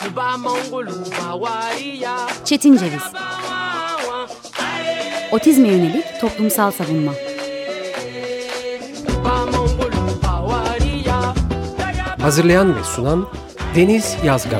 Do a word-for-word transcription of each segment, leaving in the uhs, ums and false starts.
Çetin Ceviz. Otizme yönelik toplumsal savunma. Hazırlayan ve sunan Deniz Yazgan.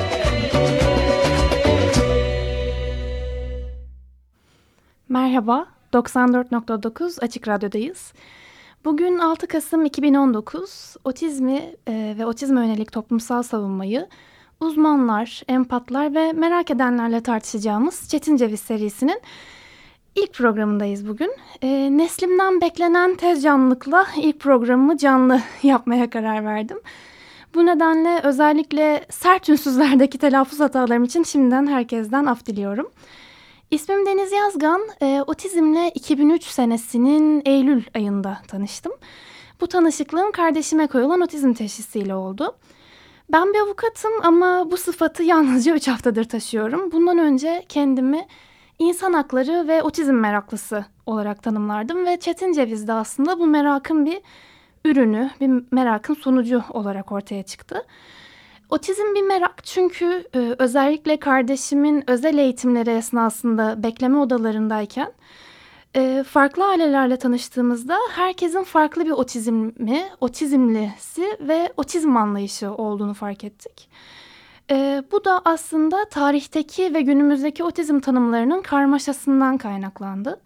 Merhaba, doksan dört nokta dokuz Açık Radyo'dayız. Bugün altı Kasım iki bin on dokuz, otizmi e, ve otizme yönelik toplumsal savunmayı uzmanlar, empatlar ve merak edenlerle tartışacağımız Çetin Ceviz serisinin ilk programındayız bugün. E, neslimden beklenen tez canlılıkla ilk programımı canlı yapmaya karar verdim. Bu nedenle özellikle sert ünsüzlerdeki telaffuz hatalarım için şimdiden herkesten af diliyorum. İsmim Deniz Yazgan, e, otizmle iki bin üç senesinin Eylül ayında tanıştım. Bu tanışıklığım kardeşime koyulan otizm teşhisiyle oldu. Ben bir avukatım ama bu sıfatı yalnızca üç haftadır taşıyorum. Bundan önce kendimi insan hakları ve otizm meraklısı olarak tanımlardım ve Çetin Ceviz de aslında bu merakın bir ürünü, bir merakın sonucu olarak ortaya çıktı. Otizm bir merak çünkü e, özellikle kardeşimin özel eğitimleri esnasında bekleme odalarındayken e, farklı ailelerle tanıştığımızda herkesin farklı bir otizmi, otizmlisi ve otizm anlayışı olduğunu fark ettik. E, bu da aslında tarihteki ve günümüzdeki otizm tanımlarının karmaşasından kaynaklandı.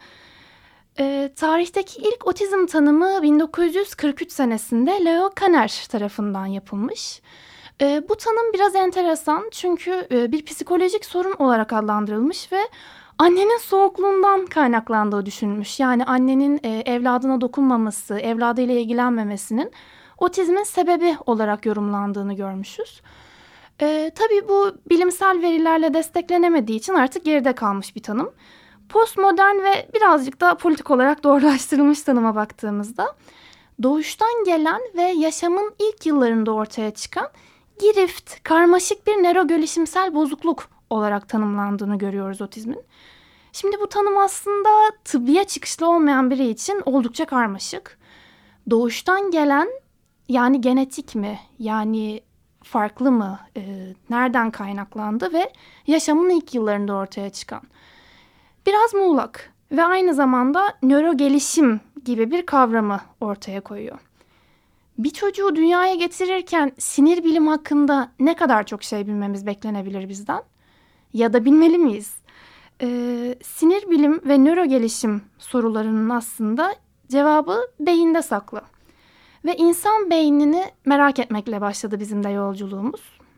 E, tarihteki ilk otizm tanımı bin dokuz yüz kırk üç senesinde Leo Kanner tarafından yapılmış. E, bu tanım biraz enteresan çünkü e, bir psikolojik sorun olarak adlandırılmış ve annenin soğukluğundan kaynaklandığı düşünülmüş. Yani annenin e, evladına dokunmaması, evladıyla ilgilenmemesinin otizmin sebebi olarak yorumlandığını görmüşüz. E, tabii bu bilimsel verilerle desteklenemediği için artık geride kalmış bir tanım. Postmodern ve birazcık da politik olarak doğrulaştırılmış tanıma baktığımızda doğuştan gelen ve yaşamın ilk yıllarında ortaya çıkan girift, karmaşık bir nörogelişimsel bozukluk olarak tanımlandığını görüyoruz otizmin. Şimdi bu tanım aslında tıbbiye çıkışlı olmayan biri için oldukça karmaşık. Doğuştan gelen, yani genetik mi, yani farklı mı, e, nereden kaynaklandı ve yaşamın ilk yıllarında ortaya çıkan. Biraz muğlak ve aynı zamanda nörogelişim gibi bir kavramı ortaya koyuyor. Bir çocuğu dünyaya getirirken sinir bilim hakkında ne kadar çok şey bilmemiz beklenebilir bizden? Ya da bilmeli miyiz? Ee, sinir bilim ve nörogelişim sorularının aslında cevabı beyinde saklı. Ve insan beynini merak etmekle başladı bizim de yolculuğumuz.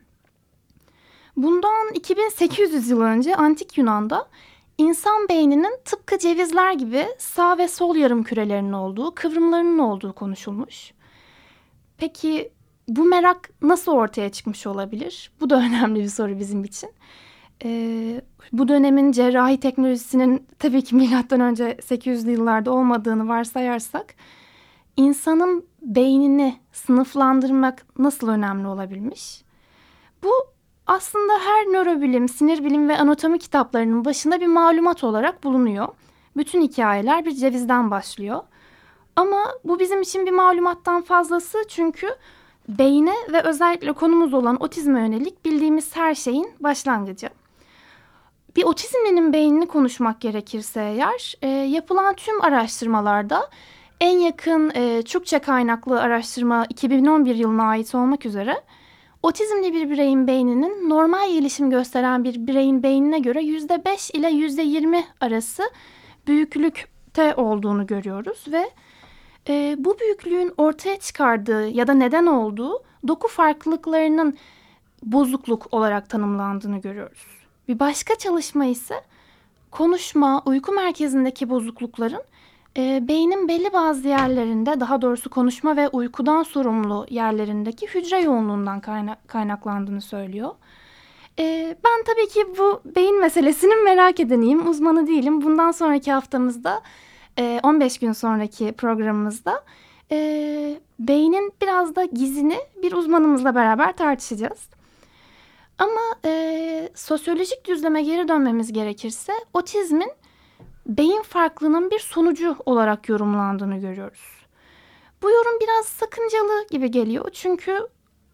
Bundan iki bin sekiz yüz yıl önce Antik Yunan'da İnsan beyninin tıpkı cevizler gibi sağ ve sol yarım kürelerinin olduğu, kıvrımlarının olduğu konuşulmuş. Peki bu merak nasıl ortaya çıkmış olabilir? Bu da önemli bir soru bizim için. Ee, bu dönemin cerrahi teknolojisinin tabii ki milattan önce sekiz yüzlü yıllarda olmadığını varsayarsak, insanın beynini sınıflandırmak nasıl önemli olabilmiş? Bu aslında her nörobilim, sinir bilim ve anatomi kitaplarının başında bir malumat olarak bulunuyor. Bütün hikayeler bir cevizden başlıyor. Ama bu bizim için bir malumattan fazlası çünkü beyne ve özellikle konumuz olan otizme yönelik bildiğimiz her şeyin başlangıcı. Bir otizmlinin beynini konuşmak gerekirse eğer, e, yapılan tüm araştırmalarda en yakın e, Türkçe kaynaklı araştırma iki bin on bir yılına ait olmak üzere otizmli bir bireyin beyninin normal gelişim gösteren bir bireyin beynine göre yüzde beş ile yüzde yirmi arası büyüklükte olduğunu görüyoruz ve e, bu büyüklüğün ortaya çıkardığı ya da neden olduğu doku farklılıklarının bozukluk olarak tanımlandığını görüyoruz. Bir başka çalışma ise konuşma, uyku merkezindeki bozuklukların e, beynin belli bazı yerlerinde, daha doğrusu konuşma ve uykudan sorumlu yerlerindeki hücre yoğunluğundan kaynak, kaynaklandığını söylüyor. E, ben tabii ki bu beyin meselesinin merak edeniyim, uzmanı değilim. Bundan sonraki haftamızda, e, on beş gün sonraki programımızda e, beynin biraz da gizini bir uzmanımızla beraber tartışacağız. Ama e, sosyolojik düzleme geri dönmemiz gerekirse otizmin beyin farklılığının bir sonucu olarak yorumlandığını görüyoruz. Bu yorum biraz sakıncalı gibi geliyor çünkü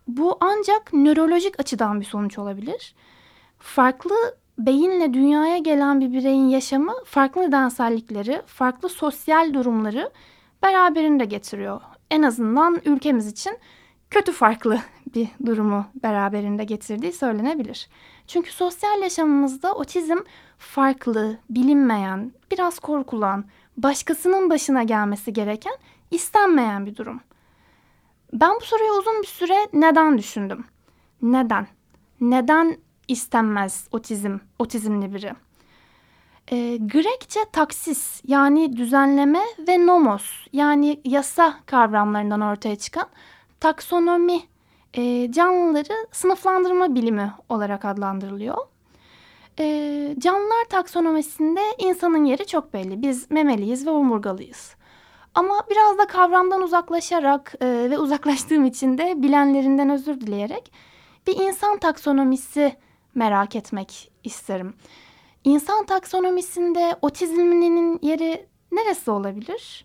bu ancak nörolojik açıdan bir sonuç olabilir. Farklı beyinle dünyaya gelen bir bireyin yaşamı farklı nedensellikleri, farklı sosyal durumları beraberinde getiriyor. En azından ülkemiz için kötü farklı bir durumu beraberinde getirdiği söylenebilir. Çünkü sosyal yaşamımızda otizm farklı, bilinmeyen, biraz korkulan, başkasının başına gelmesi gereken, istenmeyen bir durum. Ben bu soruyu uzun bir süre neden düşündüm? Neden? Neden istenmez otizm, otizmli biri? E, Grekçe taksis yani düzenleme ve nomos yani yasa kavramlarından ortaya çıkan taksonomi e, canlıları sınıflandırma bilimi olarak adlandırılıyor. E, canlılar taksonomisinde insanın yeri çok belli. Biz memeliyiz ve omurgalıyız. Ama biraz da kavramdan uzaklaşarak e, ve uzaklaştığım için de bilenlerinden özür dileyerek bir insan taksonomisi merak etmek isterim. İnsan taksonomisinde otizmlinin yeri neresi olabilir?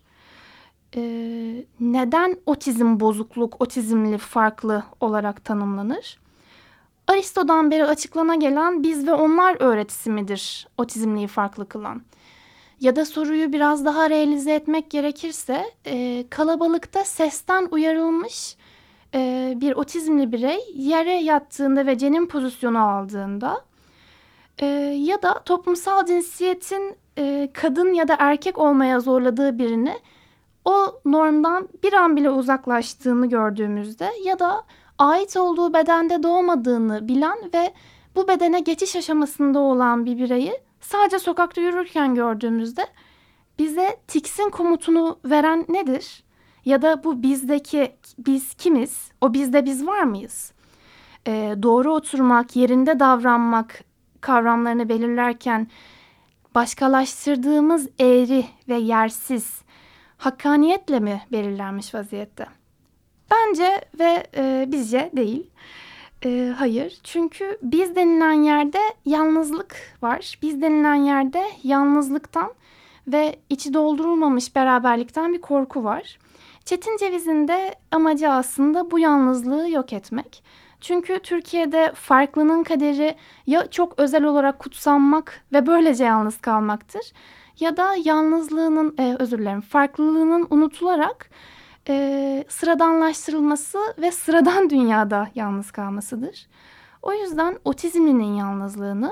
Ee, neden otizm bozukluk, otizmli farklı olarak tanımlanır? Aristo'dan beri açıklana gelen biz ve onlar öğretisi midir otizmliyi farklı kılan? Ya da soruyu biraz daha realize etmek gerekirse e, kalabalıkta sesten uyarılmış e, bir otizmli birey yere yattığında ve cenin pozisyonu aldığında e, ya da toplumsal cinsiyetin e, kadın ya da erkek olmaya zorladığı birini o normdan bir an bile uzaklaştığını gördüğümüzde ya da ait olduğu bedende doğmadığını bilen ve bu bedene geçiş aşamasında olan bir bireyi sadece sokakta yürürken gördüğümüzde bize tiksin komutunu veren nedir? Ya da bu bizdeki biz kimiz? O bizde biz var mıyız? Ee, doğru oturmak, yerinde davranmak kavramlarını belirlerken başkalaştırdığımız eğri ve yersiz hakkaniyetle mi belirlenmiş vaziyette? Bence ve e, bizce değil. E, hayır, çünkü biz denilen yerde yalnızlık var. Biz denilen yerde yalnızlıktan ve içi doldurulmamış beraberlikten bir korku var. Çetin Ceviz'in de amacı aslında bu yalnızlığı yok etmek. Çünkü Türkiye'de farklının kaderi ya çok özel olarak kutsanmak ve böylece yalnız kalmaktır ya da yalnızlığının, e, özür dilerim, farklılığının unutularak e, sıradanlaştırılması ve sıradan dünyada yalnız kalmasıdır. O yüzden otizmlinin yalnızlığını,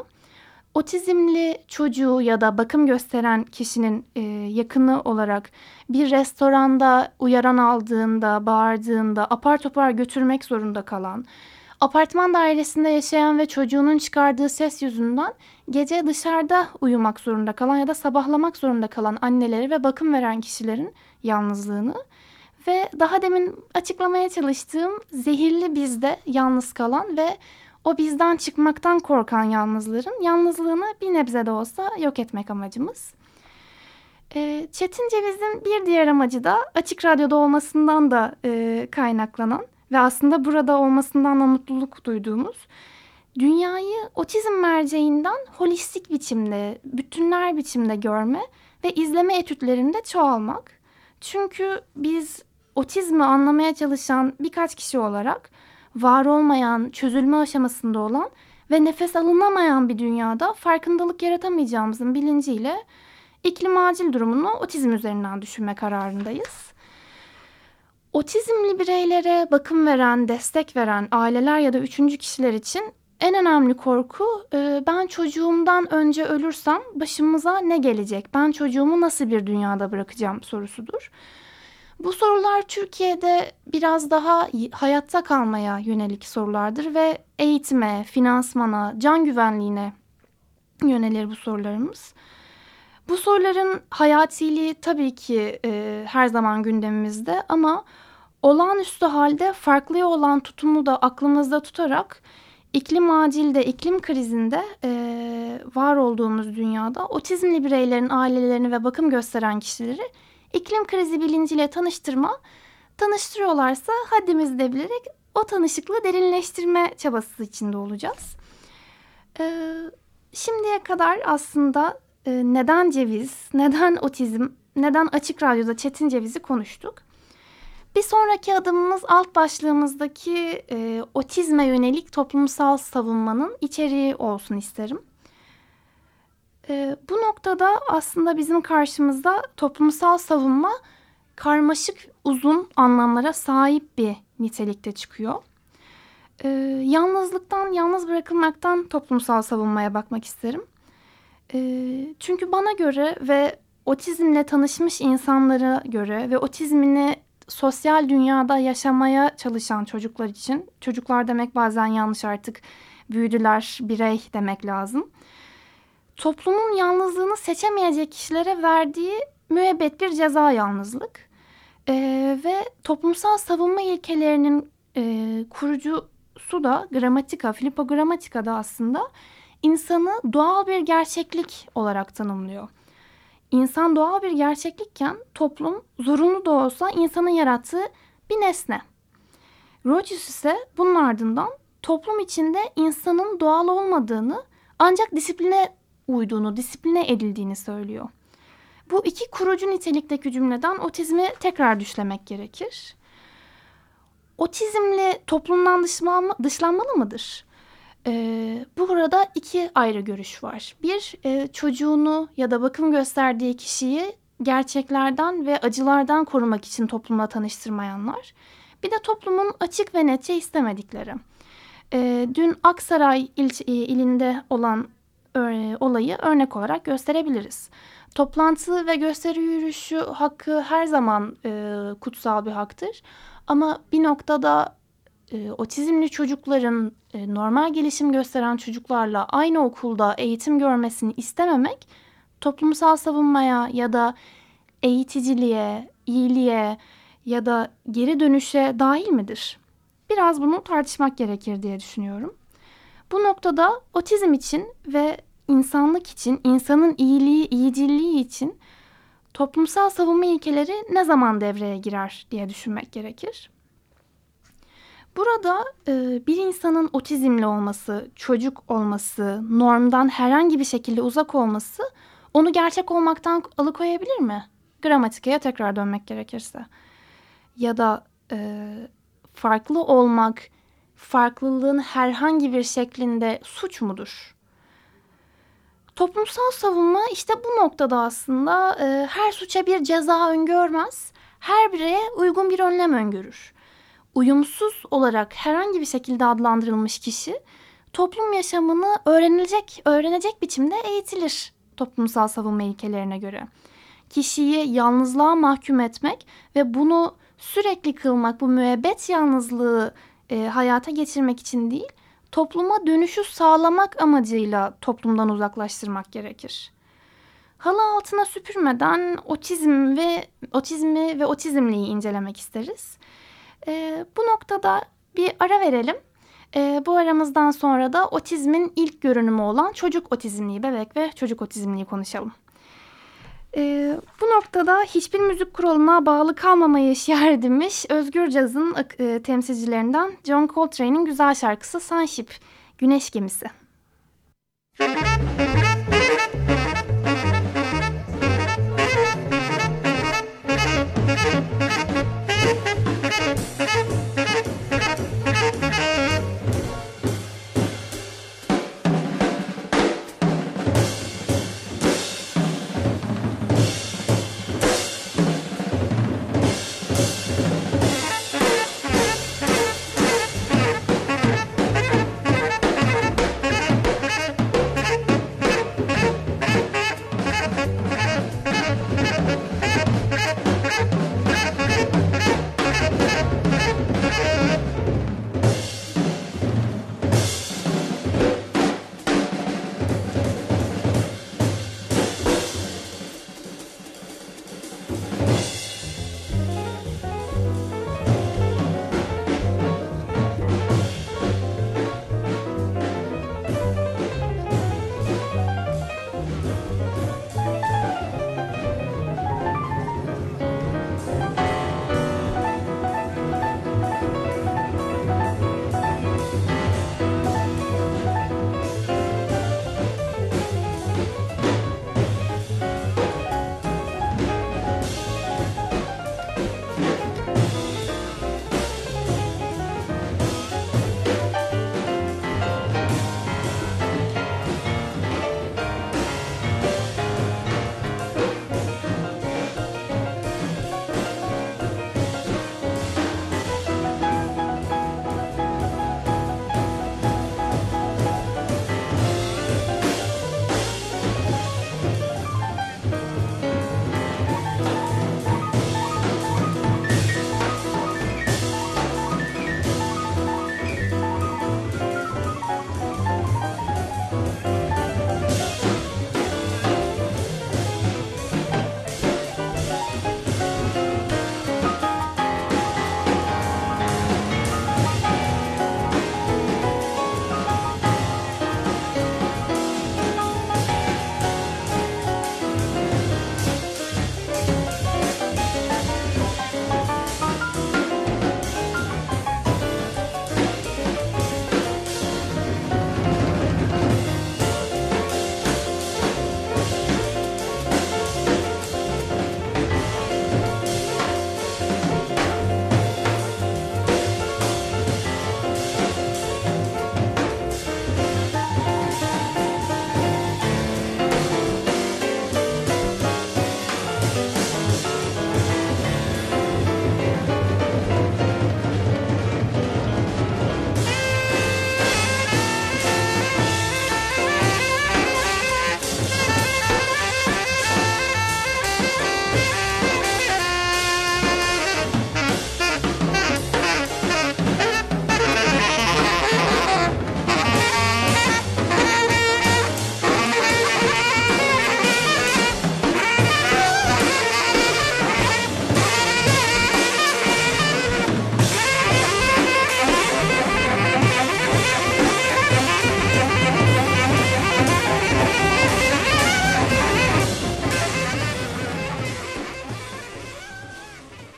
otizmli çocuğu ya da bakım gösteren kişinin e, yakını olarak bir restoranda uyaran aldığında, bağırdığında apar topar götürmek zorunda kalan, apartman dairesinde yaşayan ve çocuğunun çıkardığı ses yüzünden gece dışarıda uyumak zorunda kalan ya da sabahlamak zorunda kalan anneleri ve bakım veren kişilerin yalnızlığını ve daha demin açıklamaya çalıştığım zehirli bizde yalnız kalan ve o bizden çıkmaktan korkan yalnızların yalnızlığını bir nebze de olsa yok etmek amacımız. Çetin Ceviz'in bir diğer amacı da Açık Radyo'da olmasından da e, kaynaklanan ve aslında burada olmasından da mutluluk duyduğumuz dünyayı otizm merceğinden holistik biçimde, bütünler biçimde görme ve izleme etütlerinde çoğalmak. Çünkü biz otizmi anlamaya çalışan birkaç kişi olarak var olmayan, çözülme aşamasında olan ve nefes alınamayan bir dünyada farkındalık yaratamayacağımızın bilinciyle iklim acil durumunu otizm üzerinden düşünme kararındayız. Otizmli bireylere bakım veren, destek veren aileler ya da üçüncü kişiler için en önemli korku ben çocuğumdan önce ölürsem başımıza ne gelecek? Ben çocuğumu nasıl bir dünyada bırakacağım sorusudur. Bu sorular Türkiye'de biraz daha hayatta kalmaya yönelik sorulardır ve eğitime, finansmana, can güvenliğine yönelir bu sorularımız. Bu soruların hayatiliği tabii ki e, her zaman gündemimizde ama olağanüstü halde farklıya olan tutumu da aklımızda tutarak iklim acilde, iklim krizinde e, var olduğumuz dünyada otizmli bireylerin ailelerini ve bakım gösteren kişileri iklim krizi bilinciyle tanıştırma, tanıştırıyorlarsa haddimizi bilerek o tanışıklığı derinleştirme çabası içinde olacağız. E, şimdiye kadar aslında e, neden ceviz, neden otizm, neden Açık Radyo'da Çetin Ceviz'i konuştuk. Bir sonraki adımımız alt başlığımızdaki e, otizme yönelik toplumsal savunmanın içeriği olsun isterim. E, bu noktada aslında bizim karşımızda toplumsal savunma karmaşık, uzun anlamlara sahip bir nitelikte çıkıyor. E, yalnızlıktan, yalnız bırakılmaktan toplumsal savunmaya bakmak isterim. E, çünkü bana göre ve otizmle tanışmış insanlara göre ve otizmini sosyal dünyada yaşamaya çalışan çocuklar için, çocuklar demek bazen yanlış artık, büyüdüler, birey demek lazım. Toplumun yalnızlığını seçemeyecek kişilere verdiği müebbet bir ceza yalnızlık. Ee, ve toplumsal savunma ilkelerinin e, kurucusu da Gramatika, Filippo Gramatika da aslında insanı doğal bir gerçeklik olarak tanımlıyor. İnsan doğal bir gerçeklikken toplum zorunlu da olsa insanın yarattığı bir nesne. Rogers ise bunun ardından toplum içinde insanın doğal olmadığını, ancak disipline uyduğunu, disipline edildiğini söylüyor. Bu iki kurucu nitelikteki cümleden otizmi tekrar düşlemek gerekir. Otizmle toplumdan dışlanma, dışlanmalı mıdır? Ee, burada iki ayrı görüş var. Bir, e, çocuğunu ya da bakım gösterdiği kişiyi gerçeklerden ve acılardan korumak için toplumla tanıştırmayanlar. Bir de toplumun açık ve netçe istemedikleri. Ee, dün Aksaray il, ilinde olan e, olayı örnek olarak gösterebiliriz. Toplantı ve gösteri yürüyüşü hakkı her zaman e, kutsal bir haktır. Ama bir noktada e, otizmli çocukların e, normal gelişim gösteren çocuklarla aynı okulda eğitim görmesini istememek toplumsal savunmaya ya da eğiticiliğe, iyiliğe ya da geri dönüşe dahil midir? Biraz bunu tartışmak gerekir diye düşünüyorum. Bu noktada otizm için ve insanlık için, insanın iyiliği, iyiciliği için toplumsal savunma ilkeleri ne zaman devreye girer diye düşünmek gerekir. Burada e, bir insanın otizmli olması, çocuk olması, normdan herhangi bir şekilde uzak olması onu gerçek olmaktan alıkoyabilir mi? Gramatikaya tekrar dönmek gerekirse. Ya da e, farklı olmak, farklılığın herhangi bir şeklinde suç mudur? Toplumsal savunma işte bu noktada aslında e, her suça bir ceza öngörmez, her bireye uygun bir önlem öngörür. Uyumsuz olarak herhangi bir şekilde adlandırılmış kişi toplum yaşamını öğrenilecek, öğrenecek biçimde eğitilir toplumsal savunma ilkelerine göre. Kişiyi yalnızlığa mahkum etmek ve bunu sürekli kılmak, bu müebbet yalnızlığı e, hayata geçirmek için değil, topluma dönüşü sağlamak amacıyla toplumdan uzaklaştırmak gerekir. Halı altına süpürmeden otizm ve otizmi ve otizmliği incelemek isteriz. E, bu noktada bir ara verelim. E, bu aramızdan sonra da otizmin ilk görünümü olan çocuk otizmliği, bebek ve çocuk otizmliği konuşalım. E, bu noktada hiçbir müzik kuralına bağlı kalmamayı şiar edilmiş Özgür Caz'ın e, temsilcilerinden John Coltrane'in güzel şarkısı Sunship, Güneş Gemisi.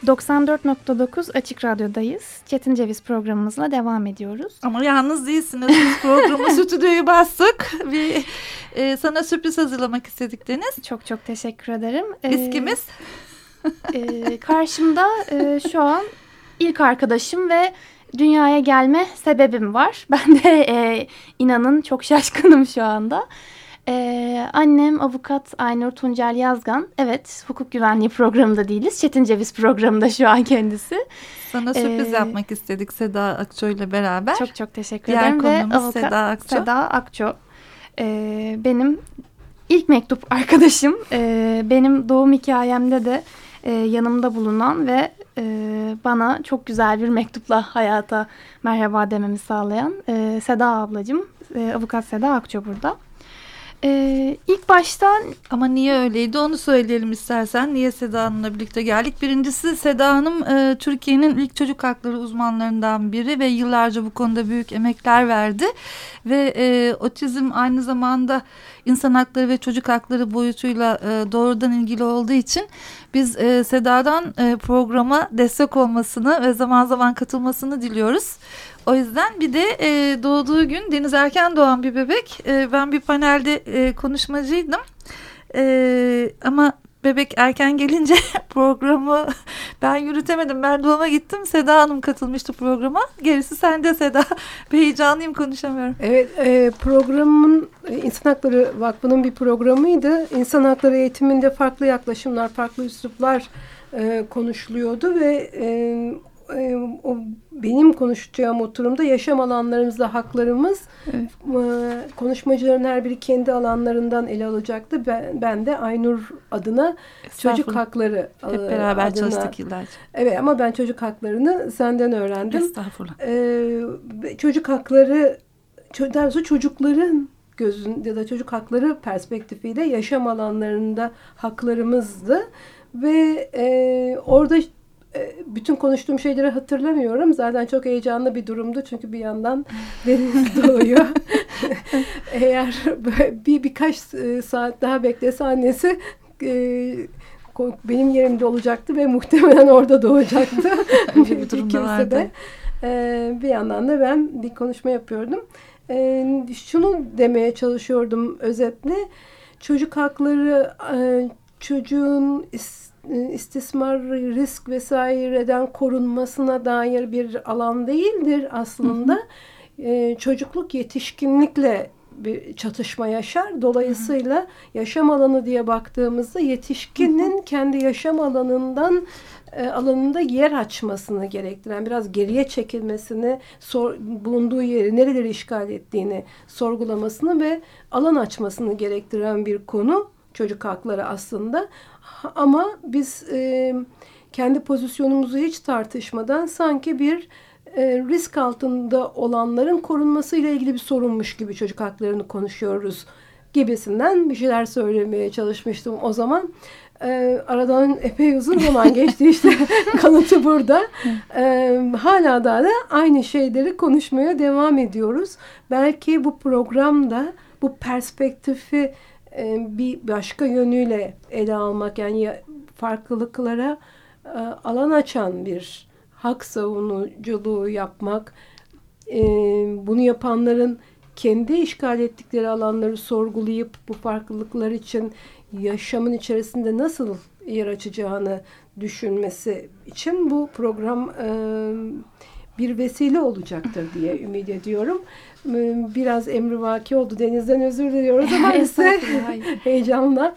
doksan dört nokta dokuz Açık Radyo'dayız. Çetin Ceviz programımızla devam ediyoruz. Ama yalnız değilsiniz. Biz programı stüdyoyu bastık. Bir, e, sana sürpriz hazırlamak istedik Deniz. Çok çok teşekkür ederim. Biz ee, kimiz? e, karşımda e, şu an ilk arkadaşım ve dünyaya gelme sebebim var. Ben de e, inanın çok şaşkınım şu anda. Ee, annem avukat Aynur Tuncel Yazgan. Evet, hukuk güvenliği programında değiliz. Çetin Ceviz programında şu an kendisi. Sana sürpriz ee, yapmak istedik Seda Akço ile beraber. Çok çok teşekkür Diğer ederim. Diğer konumuz ve avukat, Seda Akço. Seda Akço. Ee, benim ilk mektup arkadaşım. Ee, benim doğum hikayemde de e, yanımda bulunan ve e, bana çok güzel bir mektupla hayata merhaba dememi sağlayan e, Seda ablacığım. E, avukat Seda Akço burada. Ee, ilk baştan ama niye öyleydi onu söyleyelim istersen. Niye Seda Hanım'la birlikte geldik? Birincisi Seda Hanım e, Türkiye'nin ilk çocuk hakları uzmanlarından biri ve yıllarca bu konuda büyük emekler verdi. Ve e, otizm aynı zamanda insan hakları ve çocuk hakları boyutuyla e, doğrudan ilgili olduğu için biz e, Seda'dan e, programa destek olmasını ve zaman zaman katılmasını diliyoruz. O yüzden bir de e, doğduğu gün Deniz erken doğan bir bebek. E, ben bir panelde e, konuşmacıydım. E, ama bebek erken gelince programı ben yürütemedim. Ben doğuma gittim. Seda Hanım katılmıştı programa. Gerisi sende Seda. Heyecanlıyım, konuşamıyorum. Evet, e, programın İnsan Hakları Vakfı'nın bir programıydı. İnsan hakları eğitiminde farklı yaklaşımlar, farklı üsluplar e, konuşuluyordu ve e, o benim konuşacağım oturumda yaşam alanlarımızda haklarımız, evet. Konuşmacıların her biri kendi alanlarından ele alacaktı. Ben, ben de Aynur adına çocuk hakları hep beraber adına, çalıştık yıllarca. Evet, ama ben çocuk haklarını senden öğrendim. Estağfurullah. Ee, çocuk hakları, daha doğrusu çocukların gözünde ya da çocuk hakları perspektifiyle yaşam alanlarında haklarımızdı ve e, orada bütün konuştuğum şeyleri hatırlamıyorum. Zaten çok heyecanlı bir durumdu. Çünkü bir yandan Deniz doğuyor. Eğer bir birkaç saat daha beklese annesi benim yerimde olacaktı ve muhtemelen orada doğacaktı. Öyle bir durumda vardı. De. Bir yandan da ben bir konuşma yapıyordum. Şunu demeye çalışıyordum özetle. Çocuk hakları çocuğun istismar, risk vesaireden korunmasına dair bir alan değildir aslında. Hı hı. Ee, çocukluk yetişkinlikle bir çatışma yaşar. Dolayısıyla hı hı. yaşam alanı diye baktığımızda yetişkinin hı hı. kendi yaşam alanından e, alanında yer açmasını gerektiren, biraz geriye çekilmesini, sor, bulunduğu yeri, nereleri işgal ettiğini sorgulamasını ve alan açmasını gerektiren bir konu. Çocuk hakları aslında. Ama biz e, kendi pozisyonumuzu hiç tartışmadan sanki bir e, risk altında olanların korunmasıyla ilgili bir sorunmuş gibi çocuk haklarını konuşuyoruz gibisinden bir şeyler söylemeye çalışmıştım o zaman. E, aradan epey uzun zaman geçti işte. Kanıtı burada. E, hala da, da aynı şeyleri konuşmaya devam ediyoruz. Belki bu programda bu perspektifi bir başka yönüyle ele almak, yani farklılıklara alan açan bir hak savunuculuğu yapmak, bunu yapanların kendi işgal ettikleri alanları sorgulayıp bu farklılıklar için yaşamın içerisinde nasıl yer açacağını düşünmesi için bu program bir vesile olacaktır diye ümit ediyorum. Biraz emrivaki oldu. Deniz'den özür diliyoruz ama size heyecanla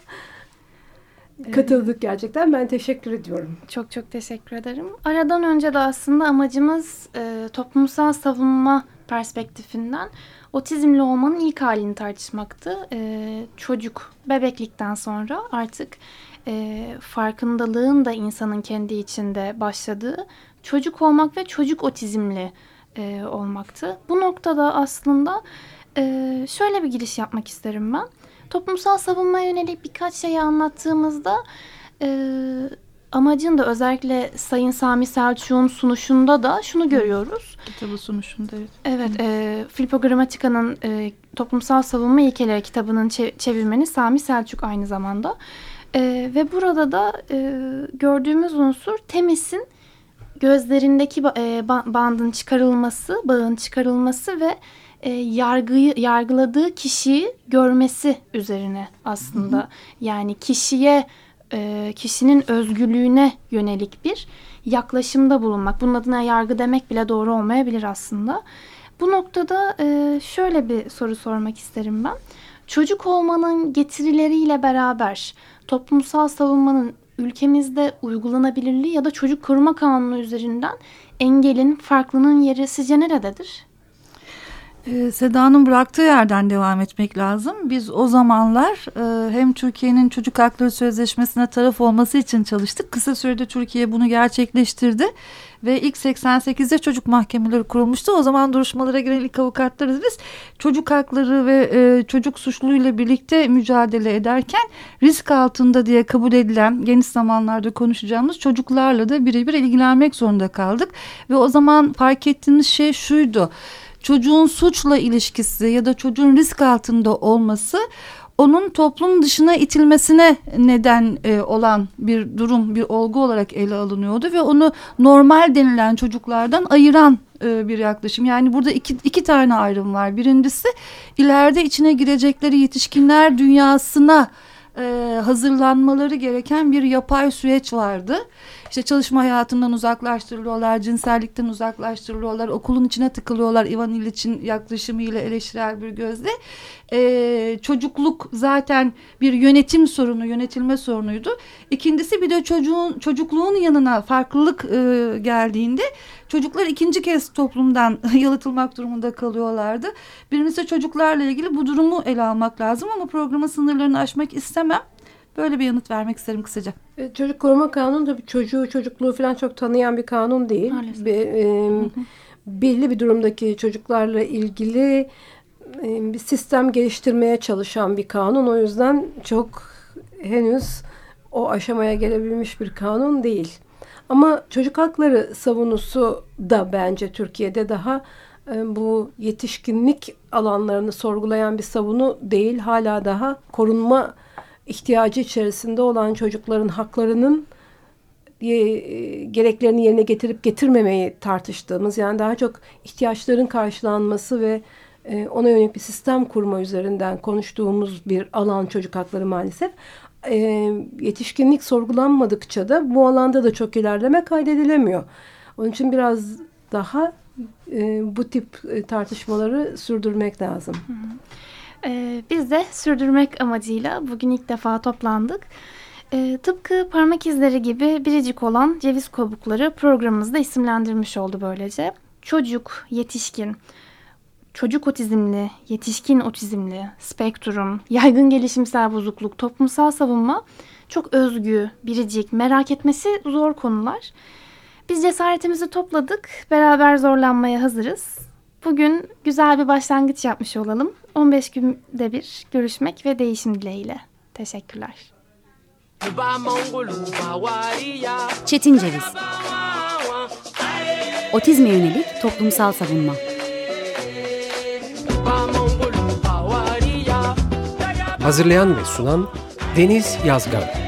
katıldık gerçekten. Ben teşekkür ediyorum. Çok çok teşekkür ederim. Aradan önce de aslında amacımız e, toplumsal savunma perspektifinden otizmli olmanın ilk halini tartışmaktı. E, çocuk, bebeklikten sonra artık e, farkındalığın da insanın kendi içinde başladığı çocuk olmak ve çocuk otizmli e, olmaktı. Bu noktada aslında e, şöyle bir giriş yapmak isterim ben. Toplumsal savunmaya yönelik birkaç şeyi anlattığımızda e, amacın da özellikle Sayın Sami Selçuk'un sunuşunda da şunu görüyoruz. Kitabı sunuşunda evet. Evet, e, Filippo Grammatica'nın e, Toplumsal Savunma İlkeleri kitabının çevirmeni Sami Selçuk aynı zamanda. E, ve burada da e, gördüğümüz unsur Temis'in gözlerindeki e, bandın çıkarılması, bağın çıkarılması ve e, yargıyı yargıladığı kişiyi görmesi üzerine aslında. Hı hı. Yani kişiye, e, kişinin özgürlüğüne yönelik bir yaklaşımda bulunmak. Bunun adına yargı demek bile doğru olmayabilir aslında. Bu noktada e, şöyle bir soru sormak isterim ben. Çocuk olmanın getirileriyle beraber toplumsal savunmanın ülkemizde uygulanabilirliği ya da çocuk koruma kanunu üzerinden engelin, farklının yeri sizce nerededir? Ee, Seda'nın bıraktığı yerden devam etmek lazım. Biz o zamanlar e, hem Türkiye'nin Çocuk Hakları Sözleşmesi'ne taraf olması için çalıştık. Kısa sürede Türkiye bunu gerçekleştirdi. Ve ilk seksen sekizde çocuk mahkemeleri kurulmuştu. O zaman duruşmalara giren ilk avukatlarız biz. Çocuk hakları ve e, çocuk suçluluğuyla birlikte mücadele ederken risk altında diye kabul edilen, geniş zamanlarda konuşacağımız çocuklarla da birebir ilgilenmek zorunda kaldık. Ve o zaman fark ettiğimiz şey şuydu. Çocuğun suçla ilişkisi ya da çocuğun risk altında olması onun toplum dışına itilmesine neden e, olan bir durum, bir olgu olarak ele alınıyordu ve onu normal denilen çocuklardan ayıran e, bir yaklaşım. Yani burada iki, iki tane ayrım var. Birincisi ileride içine girecekleri yetişkinler dünyasına e, hazırlanmaları gereken bir yapay süreç vardı. İşte çalışma hayatından uzaklaştırılıyorlar, cinsellikten uzaklaştırılıyorlar, okulun içine tıkılıyorlar Ivan İliç'in yaklaşımıyla eleştirel bir gözle. Ee, çocukluk zaten bir yönetim sorunu, yönetilme sorunuydu. İkincisi bir de çocuğun çocukluğun yanına farklılık e, geldiğinde çocuklar ikinci kez toplumdan yalıtılmak durumunda kalıyorlardı. Birincisi çocuklarla ilgili bu durumu ele almak lazım ama programın sınırlarını aşmak istemem. Böyle bir yanıt vermek isterim kısaca. Çocuk koruma kanunu tabii çocuğu, çocukluğu falan çok tanıyan bir kanun değil. Be, e, hı hı. Belli bir durumdaki çocuklarla ilgili e, bir sistem geliştirmeye çalışan bir kanun. O yüzden çok henüz o aşamaya gelebilmiş bir kanun değil. Ama çocuk hakları savunusu da bence Türkiye'de daha e, bu yetişkinlik alanlarını sorgulayan bir savunu değil. Hala daha korunma ihtiyacı içerisinde olan çocukların haklarının e, gereklerini yerine getirip getirmemeyi tartıştığımız, yani daha çok ihtiyaçların karşılanması ve e, ona yönelik bir sistem kurma üzerinden konuştuğumuz bir alan çocuk hakları maalesef. E, yetişkinlik sorgulanmadıkça da bu alanda da çok ilerleme kaydedilemiyor. Onun için biraz daha e, bu tip e, tartışmaları sürdürmek lazım. Hı hı. Ee, biz de sürdürmek amacıyla bugün ilk defa toplandık. Ee, tıpkı parmak izleri gibi biricik olan ceviz kabukları programımızda isimlendirmiş oldu böylece. Çocuk, yetişkin, çocuk otizmli, yetişkin otizmli, spektrum, yaygın gelişimsel bozukluk, toplumsal savunma çok özgü, biricik, merak etmesi zor konular. Biz cesaretimizi topladık, beraber zorlanmaya hazırız. Bugün güzel bir başlangıç yapmış olalım. on beş günde bir görüşmek ve değişim dileğiyle. Teşekkürler. Çetin Ceviz. Otizme yönelik toplumsal savunma. Hazırlayan ve sunan Deniz Yazgan.